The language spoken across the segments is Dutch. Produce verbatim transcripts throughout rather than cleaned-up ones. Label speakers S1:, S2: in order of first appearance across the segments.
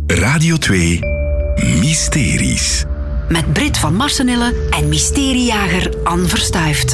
S1: Radio twee Mysteries.
S2: Met Brit van Marsenille en mysteriejager Anne Verstuift.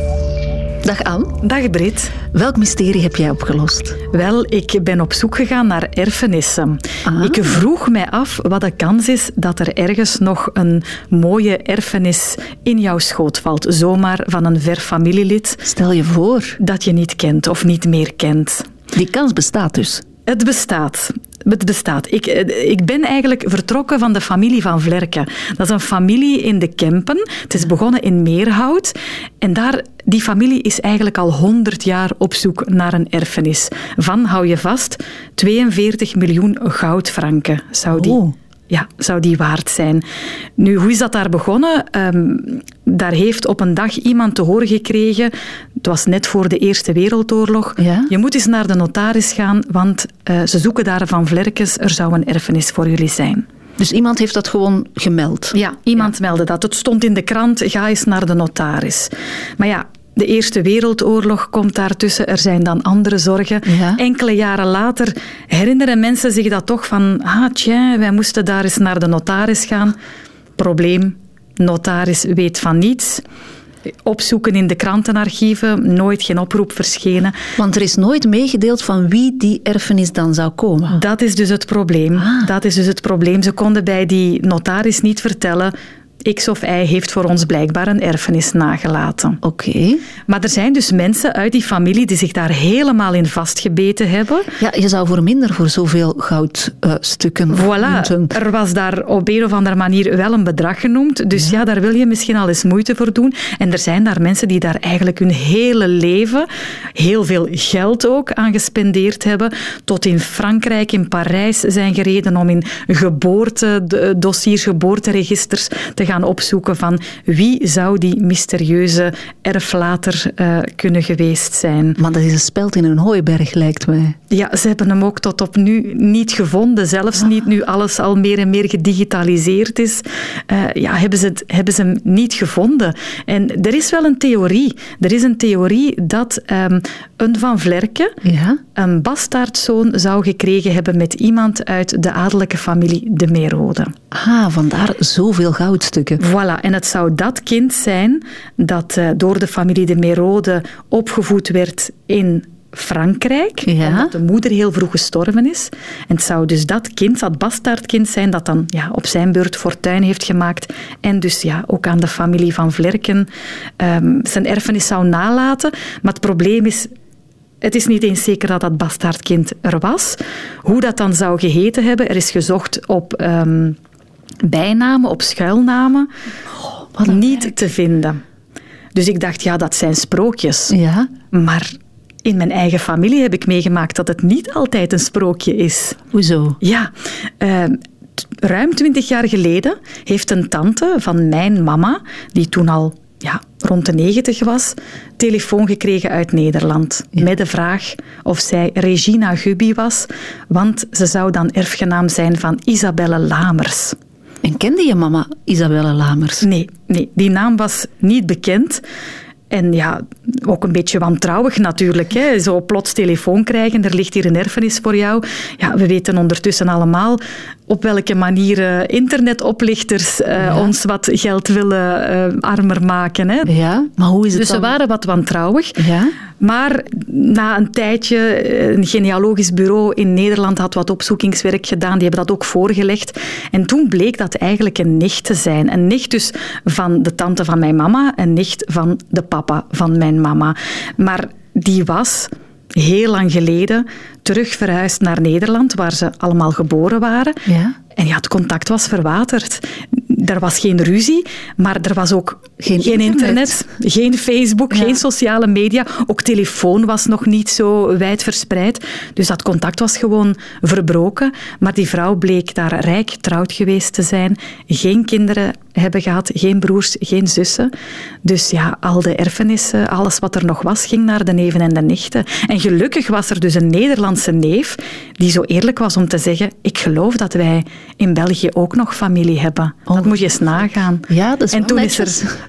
S3: Dag Anne.
S4: Dag Brit.
S3: Welk mysterie heb jij opgelost?
S4: Wel, ik ben op zoek gegaan naar erfenissen.
S3: Ah.
S4: Ik vroeg mij af wat de kans is dat er ergens nog een mooie erfenis in jouw schoot valt. Zomaar van een ver familielid.
S3: Stel je voor.
S4: Dat je niet kent of niet meer kent.
S3: Die kans bestaat dus?
S4: Het bestaat. Het bestaat. Ik, ik ben eigenlijk vertrokken van de familie van Vlerken. Dat is een familie in de Kempen. Het is begonnen in Meerhout. En daar, die familie is eigenlijk al honderd jaar op zoek naar een erfenis. Van, hou je vast, tweeënveertig miljoen goudfranken zou die...
S3: Oh.
S4: Ja, zou die waard zijn. Nu, hoe is dat daar begonnen? Um, daar heeft op een dag iemand te horen gekregen, het was net voor de Eerste Wereldoorlog,
S3: Ja?
S4: je moet eens naar de notaris gaan, want uh, ze zoeken daar van Vlerkens, er zou een erfenis voor jullie zijn.
S3: Dus iemand heeft dat gewoon gemeld?
S4: Ja, iemand ja. meldde dat. Het stond in de krant, ga eens naar de notaris. Maar ja, de Eerste Wereldoorlog komt daartussen. Er zijn dan andere zorgen.
S3: Ja.
S4: Enkele jaren later herinneren mensen zich dat toch van... Ah, tja, wij moesten daar eens naar de notaris gaan. Probleem, notaris weet van niets. Opzoeken in de krantenarchieven, nooit geen oproep verschenen.
S3: Want er is nooit meegedeeld van wie die erfenis dan zou komen.
S4: Dat is dus het probleem.
S3: Ah.
S4: Dat is dus het probleem. Ze konden bij die notaris niet vertellen... X of Y heeft voor ons blijkbaar een erfenis nagelaten.
S3: Oké. Okay.
S4: Maar er zijn dus mensen uit die familie die zich daar helemaal in vastgebeten hebben.
S3: Ja, je zou voor minder voor zoveel goudstukken uh,
S4: Voilà.
S3: moeten.
S4: Er was daar op een of andere manier wel een bedrag genoemd. Dus ja. ja, daar wil je misschien al eens moeite voor doen. En er zijn daar mensen die daar eigenlijk hun hele leven, heel veel geld ook, aan gespendeerd hebben. Tot in Frankrijk, in Parijs zijn gereden om in geboortedossiers, geboorteregisters te gaan opzoeken van wie zou die mysterieuze erflater uh, kunnen geweest zijn.
S3: Maar dat is een speld in een hooiberg, lijkt mij.
S4: Ja, ze hebben hem ook tot op nu niet gevonden. Zelfs ah. niet nu alles al meer en meer gedigitaliseerd is. Uh, ja, hebben ze, het, hebben ze hem niet gevonden. En er is wel een theorie. Er is een theorie dat um, een Van Vlerken
S3: ja?
S4: een bastaardzoon zou gekregen hebben met iemand uit de adellijke familie de Meerode.
S3: Ah, vandaar zoveel goudstukken.
S4: Voilà, en het zou dat kind zijn dat uh, door de familie de Meerode opgevoed werd in Frankrijk,
S3: ja?
S4: omdat de moeder heel vroeg gestorven is. En het zou dus dat kind, dat bastaardkind zijn, dat dan ja, op zijn beurt fortuin heeft gemaakt en dus ja, ook aan de familie van Vlerken um, zijn erfenis zou nalaten. Maar het probleem is, het is niet eens zeker dat dat bastaardkind er was. Hoe dat dan zou geheten hebben, er is gezocht op... Um, bijnamen, op schuilnamen,
S3: oh, wat
S4: niet
S3: werk.
S4: te vinden. Dus ik dacht, ja, dat zijn sprookjes.
S3: Ja?
S4: Maar in mijn eigen familie heb ik meegemaakt dat het niet altijd een sprookje is.
S3: Hoezo?
S4: Ja, uh, ruim twintig jaar geleden heeft een tante van mijn mama, die toen al ja, rond de negentig was, telefoon gekregen uit Nederland. Ja. Met de vraag of zij Regina Gubby was, want ze zou dan erfgenaam zijn van Isabelle Lamers.
S3: En kende je mama Isabelle Lamers?
S4: Nee, nee, die naam was niet bekend. En ja, ook een beetje wantrouwig natuurlijk. Hè. Zo plots telefoon krijgen, er ligt hier een erfenis voor jou. Ja, we weten ondertussen allemaal op welke manier uh, internetoplichters uh, ja. ons wat geld willen uh, armer maken. Hè.
S3: Ja, maar hoe is het
S4: dus
S3: dan?
S4: ze waren wat wantrouwig.
S3: Ja?
S4: Maar na een tijdje, een genealogisch bureau in Nederland had wat opzoekingswerk gedaan. Die hebben dat ook voorgelegd. En toen bleek dat eigenlijk een nicht te zijn. Een nicht dus van de tante van mijn mama, een nicht van de papa van mijn mama. Maar die was heel lang geleden terug verhuisd naar Nederland, waar ze allemaal geboren waren.
S3: Ja?
S4: En ja, het contact was verwaterd. Er was geen ruzie, maar er was ook geen, geen internet. internet, geen Facebook, ja. geen sociale media. Ook telefoon was nog niet zo wijd verspreid. Dus dat contact was gewoon verbroken. Maar die vrouw bleek daar rijk getrouwd geweest te zijn. Geen kinderen hebben gehad, geen broers, geen zussen. Dus ja, al de erfenissen, alles wat er nog was, ging naar de neven en de nichten. En gelukkig was er dus een Nederlandse neef die zo eerlijk was om te zeggen, ik geloof dat wij in België ook nog familie hebben. Oh. Dat moet je eens nagaan.
S3: Ja, dat is
S4: en toen
S3: netjes.
S4: is er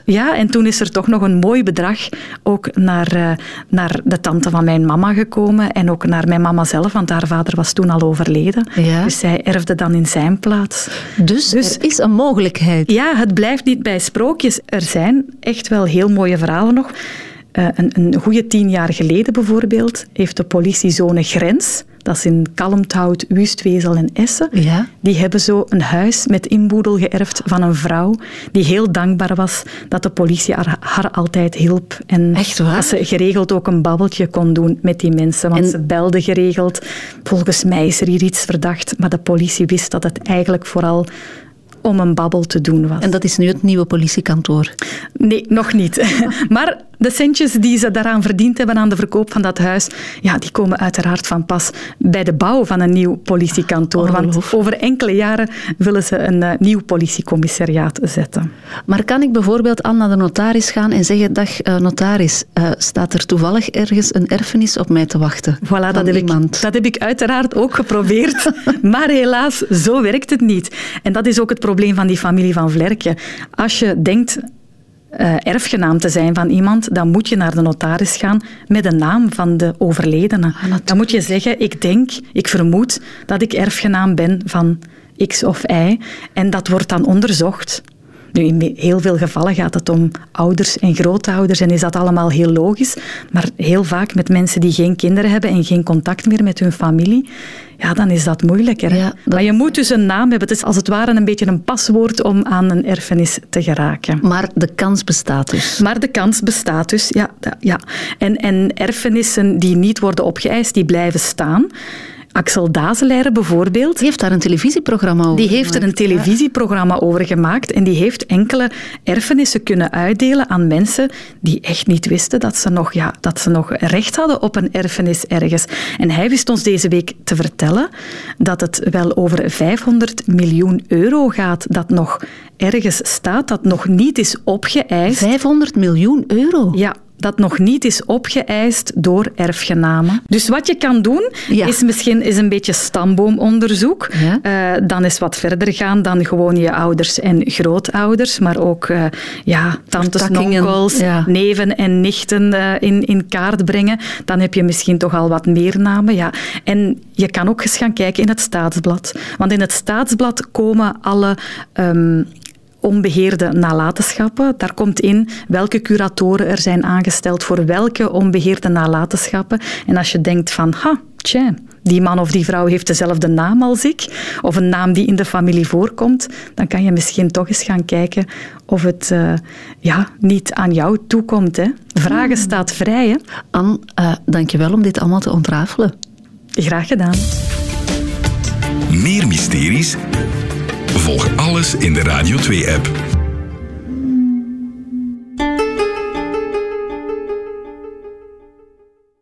S4: Ja, en toen is er toch nog een mooi bedrag ook naar, uh, naar de tante van mijn mama gekomen en ook naar mijn mama zelf, want haar vader was toen al overleden. Ja. Dus zij erfde dan in zijn plaats.
S3: Dus, dus er is een mogelijkheid.
S4: Ja, het blijft niet bij sprookjes. Er zijn echt wel heel mooie verhalen nog. Uh, een, een goede tien jaar geleden bijvoorbeeld heeft de politiezone Grens, dat is in Kalmthout, Wustwezel en Essen, ja. die hebben zo een huis met inboedel geërfd van een vrouw die heel dankbaar was dat de politie haar, haar altijd hielp. En
S3: echt waar?
S4: Dat ze geregeld ook een babbeltje kon doen met die mensen, want en... ze belden geregeld. Volgens mij is er hier iets verdacht, maar de politie wist dat het eigenlijk vooral om een babbel te doen was.
S3: En dat is nu het nieuwe politiekantoor?
S4: Nee, nog niet. Maar de centjes die ze daaraan verdiend hebben aan de verkoop van dat huis, ja, die komen uiteraard van pas bij de bouw van een nieuw politiekantoor. Oh, want over enkele jaren willen ze een uh, nieuw politiecommissariaat zetten.
S3: Maar kan ik bijvoorbeeld al naar de notaris gaan en zeggen, dag uh, notaris, uh, staat er toevallig ergens een erfenis op mij te wachten?
S4: Voilà, dat heb, ik, dat heb ik uiteraard ook geprobeerd. Maar helaas, zo werkt het niet. En dat is ook het probleem van die familie van Vlerke. Als je denkt Uh, erfgenaam te zijn van iemand, dan moet je naar de notaris gaan met de naam van de overledene. Ah, dan moet je zeggen, ik denk, ik vermoed dat ik erfgenaam ben van X of Y. En dat wordt dan onderzocht. Nu, in heel veel gevallen gaat het om ouders en grootouders en is dat allemaal heel logisch. Maar heel vaak met mensen die geen kinderen hebben en geen contact meer met hun familie, ja, dan is dat moeilijker. Ja, dat... Maar je moet dus een naam hebben. Het is als het ware een beetje een paswoord om aan een erfenis te geraken.
S3: Maar de kans bestaat dus.
S4: Maar de kans bestaat dus, ja. ja. En, en erfenissen die niet worden opgeëist, die blijven staan. Axel Dazelaire bijvoorbeeld.
S3: Die heeft daar een televisieprogramma over
S4: Die
S3: gemaakt.
S4: heeft er een televisieprogramma over gemaakt en die heeft enkele erfenissen kunnen uitdelen aan mensen die echt niet wisten dat ze nog, ja, dat ze nog recht hadden op een erfenis ergens. En hij wist ons deze week te vertellen dat het wel over vijfhonderd miljoen euro gaat dat nog ergens staat, dat nog niet is opgeëist.
S3: vijfhonderd miljoen euro?
S4: Ja. Dat nog niet is opgeëist door erfgenamen. Dus wat je kan doen, ja. is misschien is een beetje stamboomonderzoek. Ja. Uh, dan is wat verder gaan dan gewoon je ouders en grootouders, maar ook uh, ja, tantes, onkels, ja. neven en nichten uh, in, in kaart brengen. Dan heb je misschien toch al wat meer namen. Ja. En je kan ook eens gaan kijken in het Staatsblad. Want in het Staatsblad komen alle... Um, onbeheerde nalatenschappen. Daar komt in welke curatoren er zijn aangesteld voor welke onbeheerde nalatenschappen. En als je denkt van, ha, tja, die man of die vrouw heeft dezelfde naam als ik, of een naam die in de familie voorkomt, dan kan je misschien toch eens gaan kijken of het uh, ja, niet aan jou toekomt. Hè. Vragen hmm. staat vrij. Hè.
S3: Anne, uh, dank je wel om dit allemaal te ontrafelen.
S4: Graag gedaan.
S1: Meer mysteries? Volg alles in de Radio twee app.